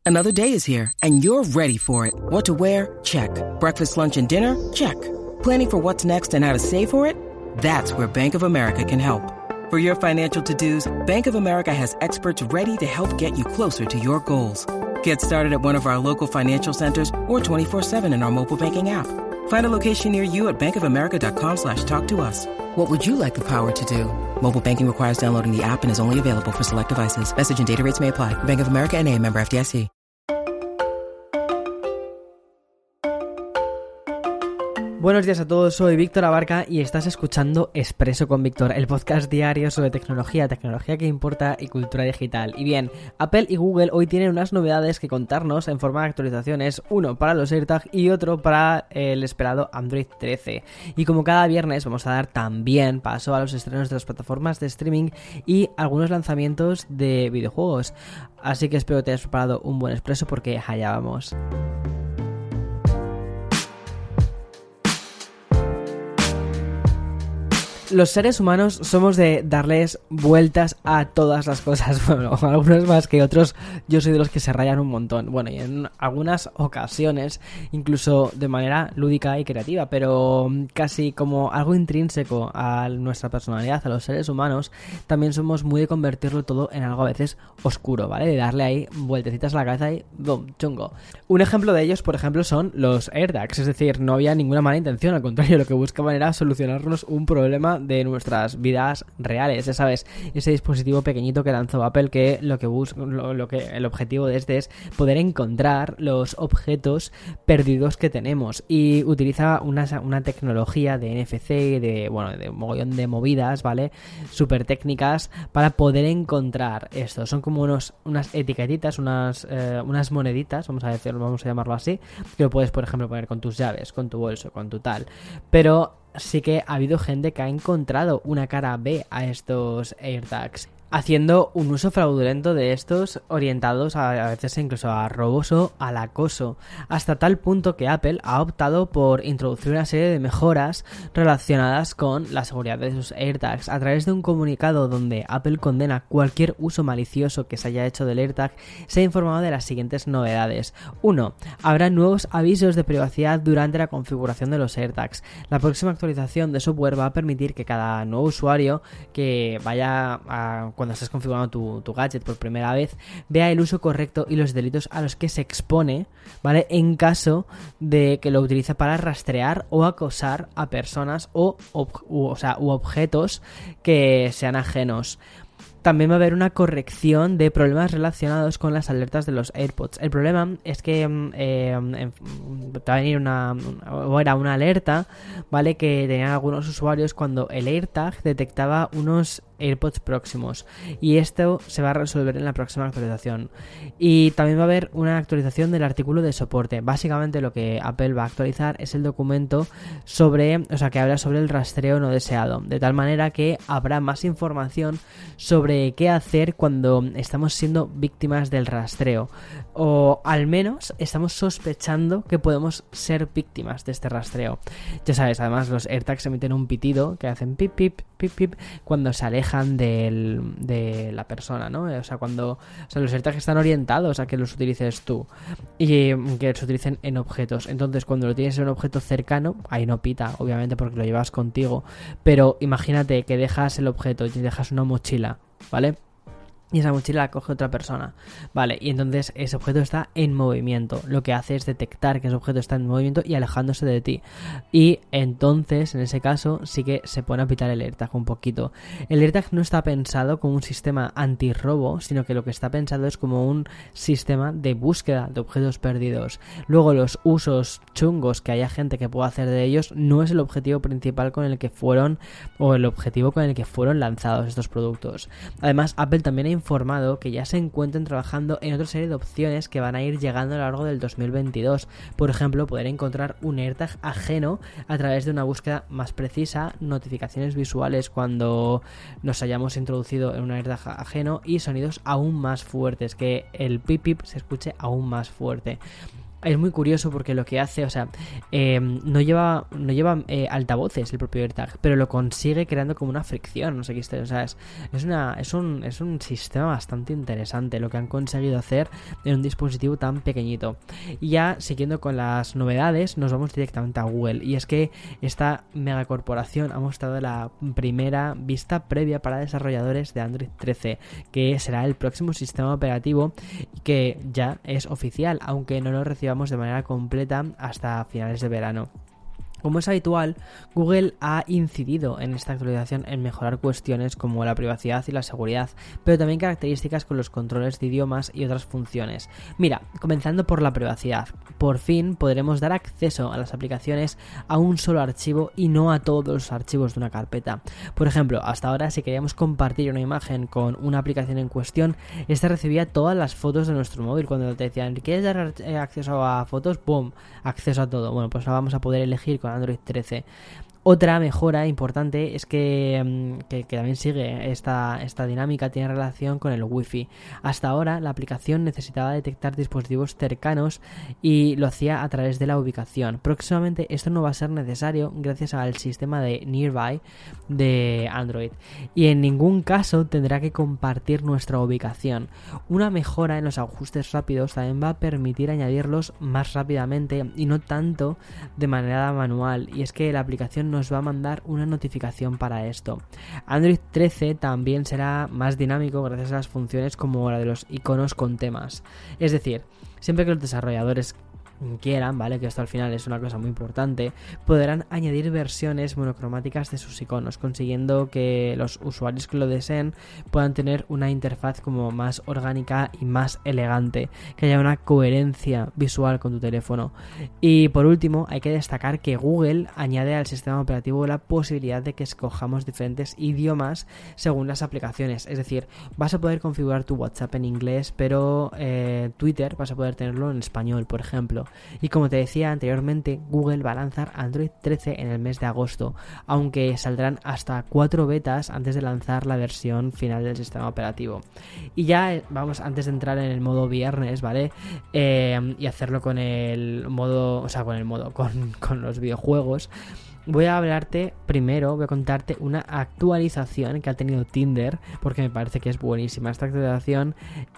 Another day is here, and you're ready for it. What to wear? Check. Breakfast, lunch, and dinner? Check. Planning for what's next and how to save for it? That's where Bank of America can help. For your financial to-dos, Bank of America has experts ready to help get you closer to your goals. Get started at one of our local financial centers or 24/7 in our mobile banking app. Find a location near you at bankofamerica.com/talktous. What would you like the power to do? Mobile banking requires downloading the app and is only available for select devices. Message and data rates may apply. Bank of America N.A., member FDIC. Buenos días a todos, soy Víctor Abarca y estás escuchando Expreso con Víctor, el podcast diario sobre tecnología que importa y cultura digital. Y bien, Apple y Google hoy tienen unas novedades que contarnos en forma de actualizaciones, uno para los AirTag y otro para el esperado Android 13. Y como cada viernes vamos a dar también paso a los estrenos de las plataformas de streaming y algunos lanzamientos de videojuegos. Así que espero que te hayas preparado un buen expreso porque allá vamos. Los seres humanos somos de darles vueltas a todas las cosas, bueno, algunos más que otros. Yo soy de los que se rayan un montón, bueno, y en algunas ocasiones incluso de manera lúdica y creativa, pero casi como algo intrínseco a nuestra personalidad, a los seres humanos, también somos muy de convertirlo todo en algo a veces oscuro, ¿vale? De darle ahí vueltecitas a la cabeza y ¡bum! Chungo. Un ejemplo de ellos, por ejemplo, son los AirTags, es decir, no había ninguna mala intención, al contrario, lo que buscaban era solucionarnos un problema de nuestras vidas reales, ya sabes, ese dispositivo pequeñito que lanzó Apple que el objetivo de este es poder encontrar los objetos perdidos que tenemos y utiliza una tecnología de NFC, de un mogollón de movidas, ¿vale? Súper técnicas para poder encontrar esto. Son como unas etiquetitas, unas moneditas, vamos a llamarlo así, que lo puedes, por ejemplo, poner con tus llaves, con tu bolso, con tu tal, pero sí que ha habido gente que ha encontrado una cara B a estos AirTags, haciendo un uso fraudulento de estos orientados a veces incluso a robos o al acoso, hasta tal punto que Apple ha optado por introducir una serie de mejoras relacionadas con la seguridad de sus AirTags a través de un comunicado donde Apple condena cualquier uso malicioso que se haya hecho del AirTag. Se ha informado de las siguientes novedades. 1. Habrá nuevos avisos de privacidad durante la configuración de los AirTags. La próxima actualización de software va a permitir que cada nuevo usuario que vaya cuando estés configurando tu gadget por primera vez, vea el uso correcto y los delitos a los que se expone, ¿vale? En caso de que lo utilice para rastrear o acosar a personas u objetos que sean ajenos. También va a haber una corrección de problemas relacionados con las alertas de los AirPods. El problema es que va a venir una alerta, ¿vale? Que tenían algunos usuarios cuando el AirTag detectaba unos AirPods próximos, y esto se va a resolver en la próxima actualización. Y también va a haber una actualización del artículo de soporte. Básicamente lo que Apple va a actualizar es el documento que habla sobre el rastreo no deseado, de tal manera que habrá más información sobre qué hacer cuando estamos siendo víctimas del rastreo, o al menos estamos sospechando que podemos ser víctimas de este rastreo. Ya sabes, además los AirTags emiten un pitido que hacen pip pip pip pip cuando se alejan de la persona, ¿no? Los AirTags están orientados a que los utilices tú y que los utilicen en objetos. Entonces, cuando lo tienes en un objeto cercano, ahí no pita, obviamente, porque lo llevas contigo. Pero imagínate que dejas el objeto y dejas una mochila, ¿vale? Y esa mochila la coge otra persona, vale, y entonces ese objeto está en movimiento. Lo que hace es detectar que ese objeto está en movimiento y alejándose de ti, y entonces en ese caso sí que se pone a pitar el AirTag un poquito. El AirTag no está pensado como un sistema antirrobo, sino que lo que está pensado es como un sistema de búsqueda de objetos perdidos. Luego, los usos chungos que haya gente que pueda hacer de ellos no es el objetivo principal con el que fueron lanzados estos productos. Además, Apple también ha informado que ya se encuentran trabajando en otra serie de opciones que van a ir llegando a lo largo del 2022. Por ejemplo, poder encontrar un AirTag ajeno a través de una búsqueda más precisa, notificaciones visuales cuando nos hayamos introducido en un AirTag ajeno y sonidos aún más fuertes, que el pip pip se escuche aún más fuerte. es muy curioso porque lo que hace, o sea, no lleva altavoces el propio AirTag, pero lo consigue creando como una fricción, no sé qué, o sea, es un sistema bastante interesante lo que han conseguido hacer en un dispositivo tan pequeñito. Y ya siguiendo con las novedades, nos vamos directamente a Google, y es que esta megacorporación ha mostrado la primera vista previa para desarrolladores de Android 13, que será el próximo sistema operativo y que ya es oficial, aunque no lo recibamos de manera completa hasta finales de verano. Como es habitual, Google ha incidido en esta actualización en mejorar cuestiones como la privacidad y la seguridad, pero también características con los controles de idiomas y otras funciones. Mira, comenzando por la privacidad, por fin podremos dar acceso a las aplicaciones a un solo archivo y no a todos los archivos de una carpeta. Por ejemplo, hasta ahora si queríamos compartir una imagen con una aplicación en cuestión, esta recibía todas las fotos de nuestro móvil. Cuando te decían, ¿quieres dar acceso a fotos? ¡Pum! Acceso a todo. Bueno, pues ahora vamos a poder elegir con Android 13. Otra mejora importante es que también sigue esta dinámica, tiene relación con el Wi-Fi. Hasta ahora la aplicación necesitaba detectar dispositivos cercanos y lo hacía a través de la ubicación. Próximamente esto no va a ser necesario gracias al sistema de Nearby de Android, y en ningún caso tendrá que compartir nuestra ubicación. Una mejora en los ajustes rápidos también va a permitir añadirlos más rápidamente y no tanto de manera manual, y es que la aplicación nos va a mandar una notificación para esto. Android 13 también será más dinámico gracias a las funciones como la de los iconos con temas. Es decir, siempre que los desarrolladores quieran, ¿vale? Que esto al final es una cosa muy importante, podrán añadir versiones monocromáticas de sus iconos, consiguiendo que los usuarios que lo deseen puedan tener una interfaz como más orgánica y más elegante, que haya una coherencia visual con tu teléfono. Y por último, hay que destacar que Google añade al sistema operativo la posibilidad de que escojamos diferentes idiomas según las aplicaciones. Es decir, vas a poder configurar tu WhatsApp en inglés, pero Twitter vas a poder tenerlo en español, por ejemplo. Y como te decía anteriormente, Google va a lanzar Android 13 en el mes de agosto, aunque saldrán hasta 4 betas antes de lanzar la versión final del sistema operativo. Y ya vamos, antes de entrar en el modo viernes, ¿vale? Y hacerlo con el modo, o sea, con los videojuegos. Voy a contarte una actualización que ha tenido Tinder, porque me parece que es buenísima. Esta actualización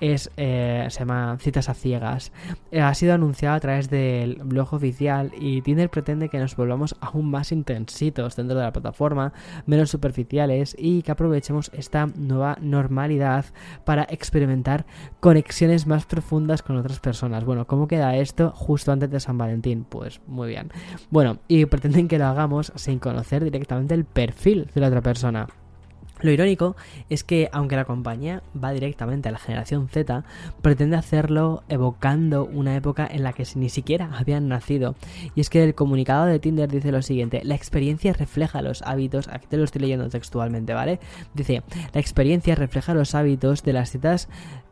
se llama Citas a Ciegas. Ha sido anunciada a través del blog oficial y Tinder pretende que nos volvamos aún más intensitos dentro de la plataforma, menos superficiales, y que aprovechemos esta nueva normalidad para experimentar conexiones más profundas con otras personas. Bueno, ¿cómo queda esto justo antes de San Valentín? Pues muy bien. Bueno, y pretenden que lo hagamos sin conocer directamente el perfil de la otra persona. Lo irónico es que, aunque la compañía va directamente a la generación Z, pretende hacerlo evocando una época en la que ni siquiera habían nacido. Y es que el comunicado de Tinder dice lo siguiente: la experiencia refleja los hábitos, aquí te lo estoy leyendo textualmente, ¿vale? Dice, la experiencia refleja los hábitos de las citas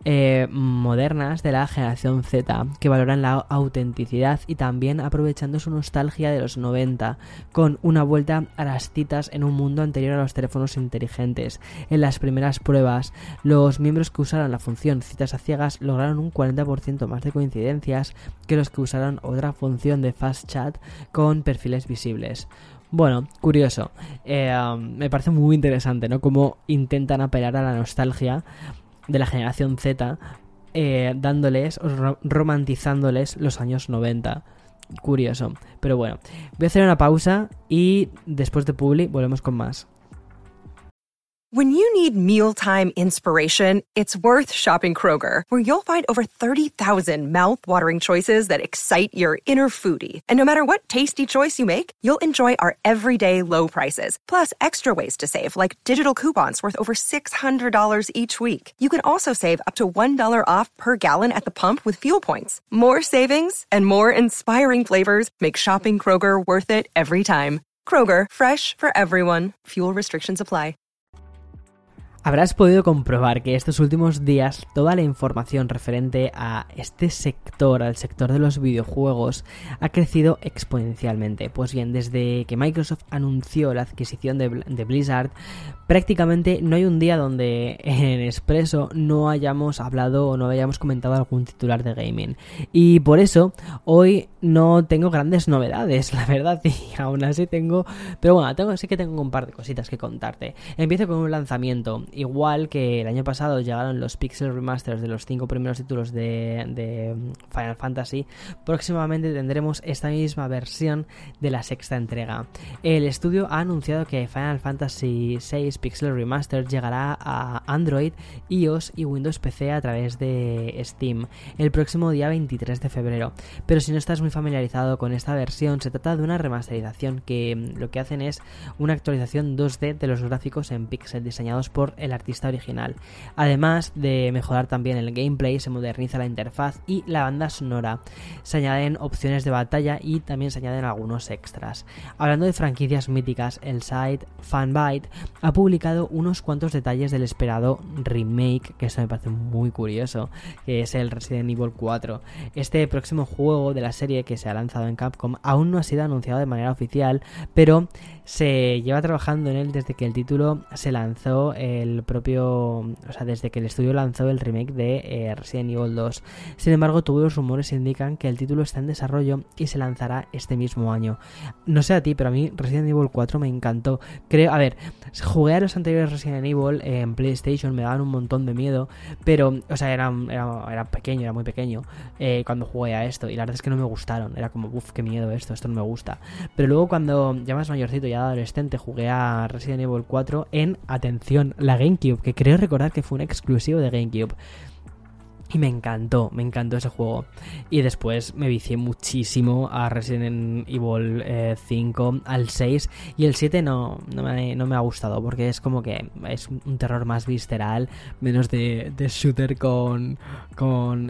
modernas de la generación Z, que valoran la autenticidad y también aprovechando su nostalgia de los 90, con una vuelta a las citas en un mundo anterior a los teléfonos inteligentes. En las primeras pruebas, los miembros que usaron la función citas a ciegas lograron un 40% más de coincidencias que los que usaron otra función de Fast Chat con perfiles visibles. Bueno, curioso. Me parece muy interesante, ¿no? Cómo intentan apelar a la nostalgia de la generación Z, romantizándoles los años 90. Curioso. Pero bueno, voy a hacer una pausa y después de Publi volvemos con más. When you need mealtime inspiration, it's worth shopping Kroger, where you'll find over 30,000 mouth-watering choices that excite your inner foodie. And no matter what tasty choice you make, you'll enjoy our everyday low prices, plus extra ways to save, like digital coupons worth over $600 each week. You can also save up to $1 off per gallon at the pump with fuel points. More savings and more inspiring flavors make shopping Kroger worth it every time. Kroger, fresh for everyone. Fuel restrictions apply. Habrás podido comprobar que estos últimos días toda la información referente a este sector, al sector de los videojuegos, ha crecido exponencialmente. Pues bien, desde que Microsoft anunció la adquisición de Blizzard, prácticamente no hay un día donde en Expreso no hayamos hablado o no hayamos comentado algún titular de gaming. Y por eso hoy no tengo grandes novedades, la verdad, y aún así tengo... Pero bueno, sí que tengo un par de cositas que contarte. Empiezo con un lanzamiento. Igual que el año pasado llegaron los Pixel Remasters de los 5 primeros títulos de Final Fantasy, próximamente tendremos esta misma versión de la sexta entrega. El estudio ha anunciado que Final Fantasy VI Pixel Remaster llegará a Android, iOS y Windows PC a través de Steam el próximo día 23 de febrero. Pero si no estás muy familiarizado con esta versión, se trata de una remasterización que lo que hacen es una actualización 2D de los gráficos en pixel diseñados por el artista original. Además de mejorar también el gameplay, se moderniza la interfaz y la banda sonora. Se añaden opciones de batalla y también se añaden algunos extras. Hablando de franquicias míticas, el site Fanbyte ha publicado unos cuantos detalles del esperado remake, que esto me parece muy curioso, que es el Resident Evil 4. Este próximo juego de la serie que se ha lanzado en Capcom aún no ha sido anunciado de manera oficial, pero se lleva trabajando en él desde que el título se lanzó desde que el estudio lanzó el remake de Resident Evil 2. Sin embargo, todos los rumores indican que el título está en desarrollo y se lanzará este mismo año. No sé a ti, pero a mí Resident Evil 4 me encantó. Jugué a los anteriores Resident Evil en PlayStation, me daban un montón de miedo, pero, era pequeño, era muy pequeño cuando jugué a esto, y la verdad es que no me gustaron. Era como, qué miedo esto no me gusta. Pero luego cuando ya más mayorcito, ya adolescente, jugué a Resident Evil 4 en, atención, la GameCube, que creo recordar que fue un exclusivo de GameCube. Y me encantó ese juego. Y después me vicié muchísimo a Resident Evil 5, al 6. Y el 7 no me ha gustado, porque es como que es un terror más visceral, menos de shooter con ¿cómo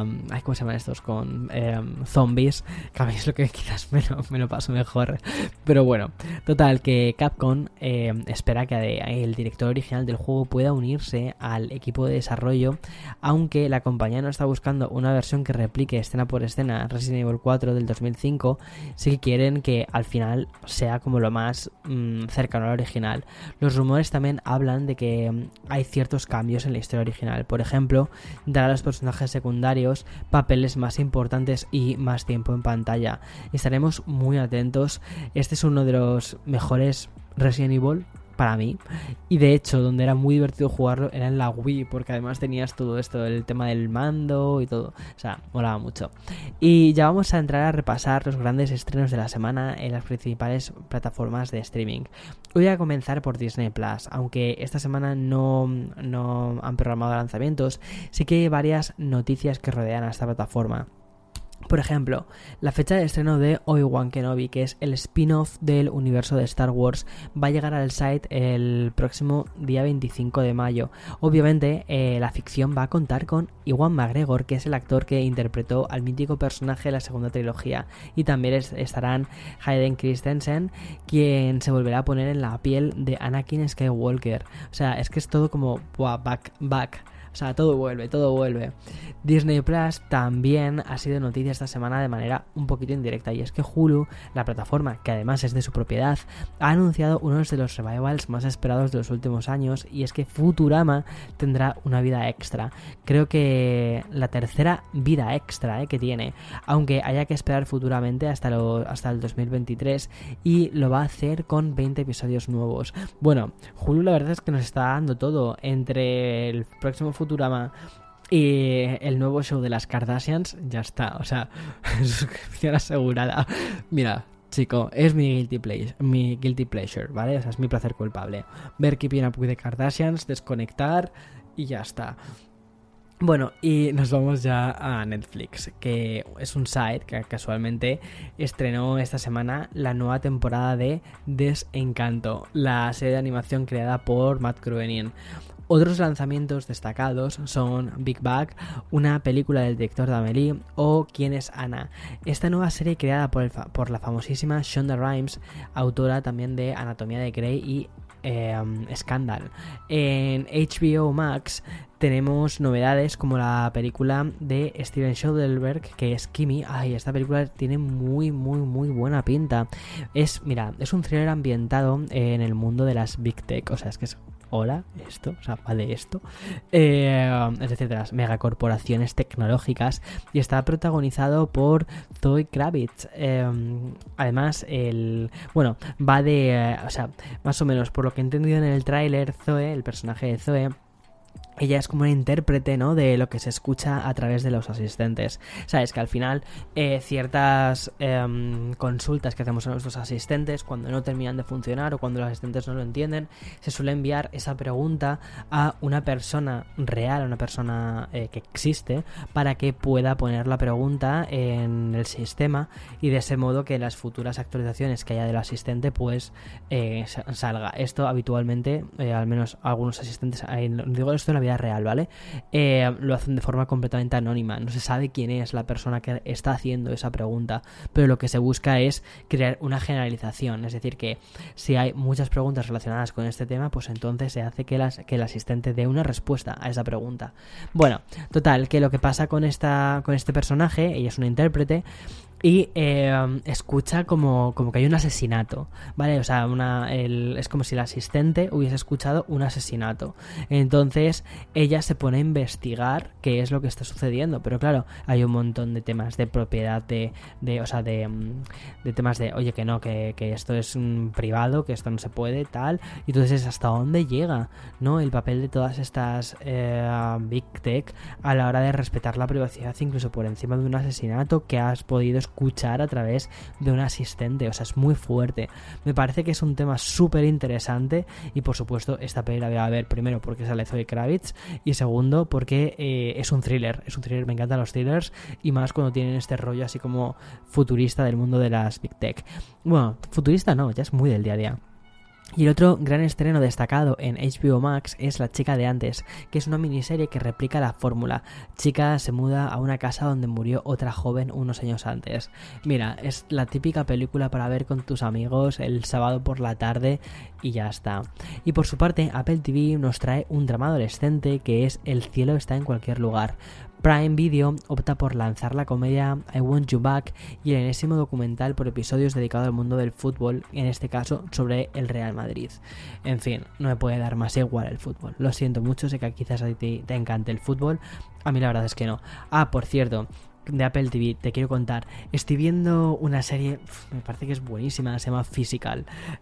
se llaman estos? Con zombies, que a mí es lo que quizás me lo paso mejor. Pero bueno, total, que Capcom espera que el director original del juego pueda unirse al equipo de desarrollo, aunque la compañía no está buscando una versión que replique escena por escena Resident Evil 4 del 2005, sí que quieren que al final sea como lo más cercano al original. Los rumores también hablan de que hay ciertos cambios en la historia original. Por ejemplo, dar a los personajes secundarios papeles más importantes y más tiempo en pantalla. Estaremos muy atentos. Este es uno de los mejores Resident Evil para mí, y de hecho donde era muy divertido jugarlo era en la Wii, porque además tenías todo esto, el tema del mando y todo, o sea, molaba mucho. Y ya vamos a entrar a repasar los grandes estrenos de la semana en las principales plataformas de streaming. Voy a comenzar por Disney Plus, aunque esta semana no han programado lanzamientos, sí que hay varias noticias que rodean a esta plataforma. Por ejemplo, la fecha de estreno de Obi-Wan Kenobi, que es el spin-off del universo de Star Wars, va a llegar al site el próximo día 25 de mayo. Obviamente, la ficción va a contar con Ewan McGregor, que es el actor que interpretó al mítico personaje de la segunda trilogía, y también estarán Hayden Christensen, quien se volverá a poner en la piel de Anakin Skywalker. O sea, es que es todo como back. O sea, todo vuelve. Disney Plus también ha sido noticia esta semana de manera un poquito indirecta, y es que Hulu, la plataforma que además es de su propiedad, ha anunciado uno de los revivals más esperados de los últimos años, y es que Futurama tendrá una vida extra. Creo que la tercera vida extra que tiene, aunque haya que esperar futuramente hasta el 2023, y lo va a hacer con 20 episodios nuevos. Bueno, Hulu la verdad es que nos está dando todo, entre el próximo Futurama y el nuevo show de las Kardashians, ya está, o sea, suscripción asegurada. Mira, chico, es mi guilty pleasure, ¿vale? O sea, es mi placer culpable. Ver Keeping Up with the Kardashians, desconectar y ya está. Bueno, y nos vamos ya a Netflix, que es un site que casualmente estrenó esta semana la nueva temporada de Desencanto, la serie de animación creada por Matt Groening. Otros lanzamientos destacados son Big Bang, una película del director de Amélie, o ¿Quién es Ana?, esta nueva serie creada por la famosísima Shonda Rhimes, autora también de Anatomía de Grey y Scandal. En HBO Max tenemos novedades como la película de Steven Soderbergh, que es Kimi. Ay, esta película tiene muy buena pinta. Es un thriller ambientado en el mundo de las Big Tech, o sea, es que es hola, esto, o sea, va de esto, es decir, de las megacorporaciones tecnológicas, y está protagonizado por Zoe Kravitz. Además, va de, o sea, más o menos, por lo que he entendido en el tráiler, Zoe, el personaje de Zoe, ella es como una intérprete, ¿no?, de lo que se escucha a través de los asistentes. Sabes que al final ciertas consultas que hacemos a nuestros asistentes, cuando no terminan de funcionar o cuando los asistentes no lo entienden, se suele enviar esa pregunta a una persona real, a una persona que existe, para que pueda poner la pregunta en el sistema, y de ese modo que las futuras actualizaciones que haya del asistente pues salga. Esto habitualmente, al menos algunos asistentes, digo esto en la vida real, ¿vale? Lo hacen de forma completamente anónima, no se sabe quién es la persona que está haciendo esa pregunta, pero lo que se busca es crear una generalización, es decir, que si hay muchas preguntas relacionadas con este tema, pues entonces se hace que el asistente dé una respuesta a esa pregunta. Bueno, total, que lo que pasa con este personaje, ella es una intérprete, y escucha como que hay un asesinato, ¿vale? O sea, es como si el asistente hubiese escuchado un asesinato. Entonces ella se pone a investigar qué es lo que está sucediendo, pero claro, hay un montón de temas de propiedad, de temas de, oye, que no, que esto es privado, que esto no se puede, tal. Y entonces, ¿hasta dónde llega, no, el papel de todas estas Big Tech a la hora de respetar la privacidad, incluso por encima de un asesinato que has podido escuchar a través de un asistente? O sea, es muy fuerte. Me parece que es un tema súper interesante, y por supuesto esta peli la voy a ver, primero porque sale Zoe Kravitz, y segundo porque es un thriller, me encantan los thrillers, y más cuando tienen este rollo así como futurista del mundo de las Big Tech. Bueno, futurista no, ya es muy del día a día. Y el otro gran estreno destacado en HBO Max es La chica de antes, que es una miniserie que replica la fórmula. Chica se muda a una casa donde murió otra joven unos años antes. Mira, es la típica película para ver con tus amigos el sábado por la tarde y ya está. Y por su parte, Apple TV nos trae un drama adolescente que es El cielo está en cualquier lugar. Prime Video opta por lanzar la comedia I Want You Back y el enésimo documental por episodios dedicado al mundo del fútbol, en este caso sobre el Real Madrid. En fin, no me puede dar más igual el fútbol. Lo siento mucho, sé que quizás a ti te encante el fútbol, a mí la verdad es que no. Ah, por cierto, de Apple TV, te quiero contar, estoy viendo una serie, me parece que es buenísima, se llama Physical,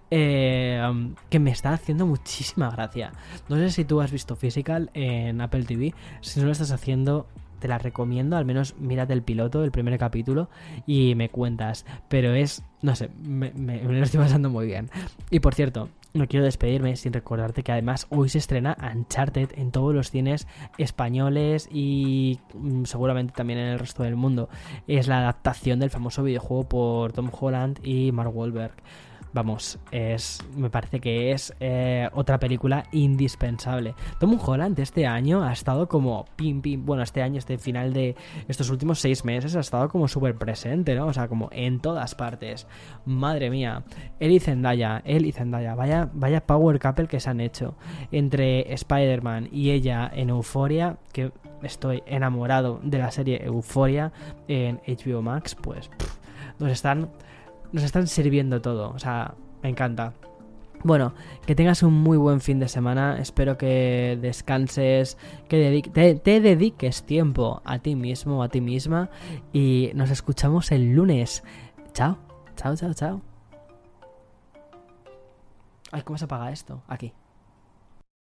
que me está haciendo muchísima gracia. No sé si tú has visto Physical en Apple TV, si no lo estás haciendo, te la recomiendo, al menos mírate el piloto, el primer capítulo, y me cuentas, pero no sé, me lo estoy pasando muy bien. Y por cierto, no quiero despedirme sin recordarte que además hoy se estrena Uncharted en todos los cines españoles y seguramente también en el resto del mundo. Es la adaptación del famoso videojuego por Tom Holland y Mark Wahlberg. Vamos, me parece que es otra película indispensable. Tom Holland este año ha estado como este final de estos últimos 6 meses ha estado como súper presente, ¿no? O sea, como en todas partes. Madre mía. Él y Zendaya, vaya power couple que se han hecho. Entre Spider-Man y ella en Euphoria, que estoy enamorado de la serie Euphoria en HBO Max, pues nos están sirviendo todo, o sea, me encanta. Bueno, que tengas un muy buen fin de semana, espero que descanses, que te dediques tiempo a ti mismo, a ti misma, y nos escuchamos el lunes. Chao. Ay, ¿cómo se apaga esto? Aquí.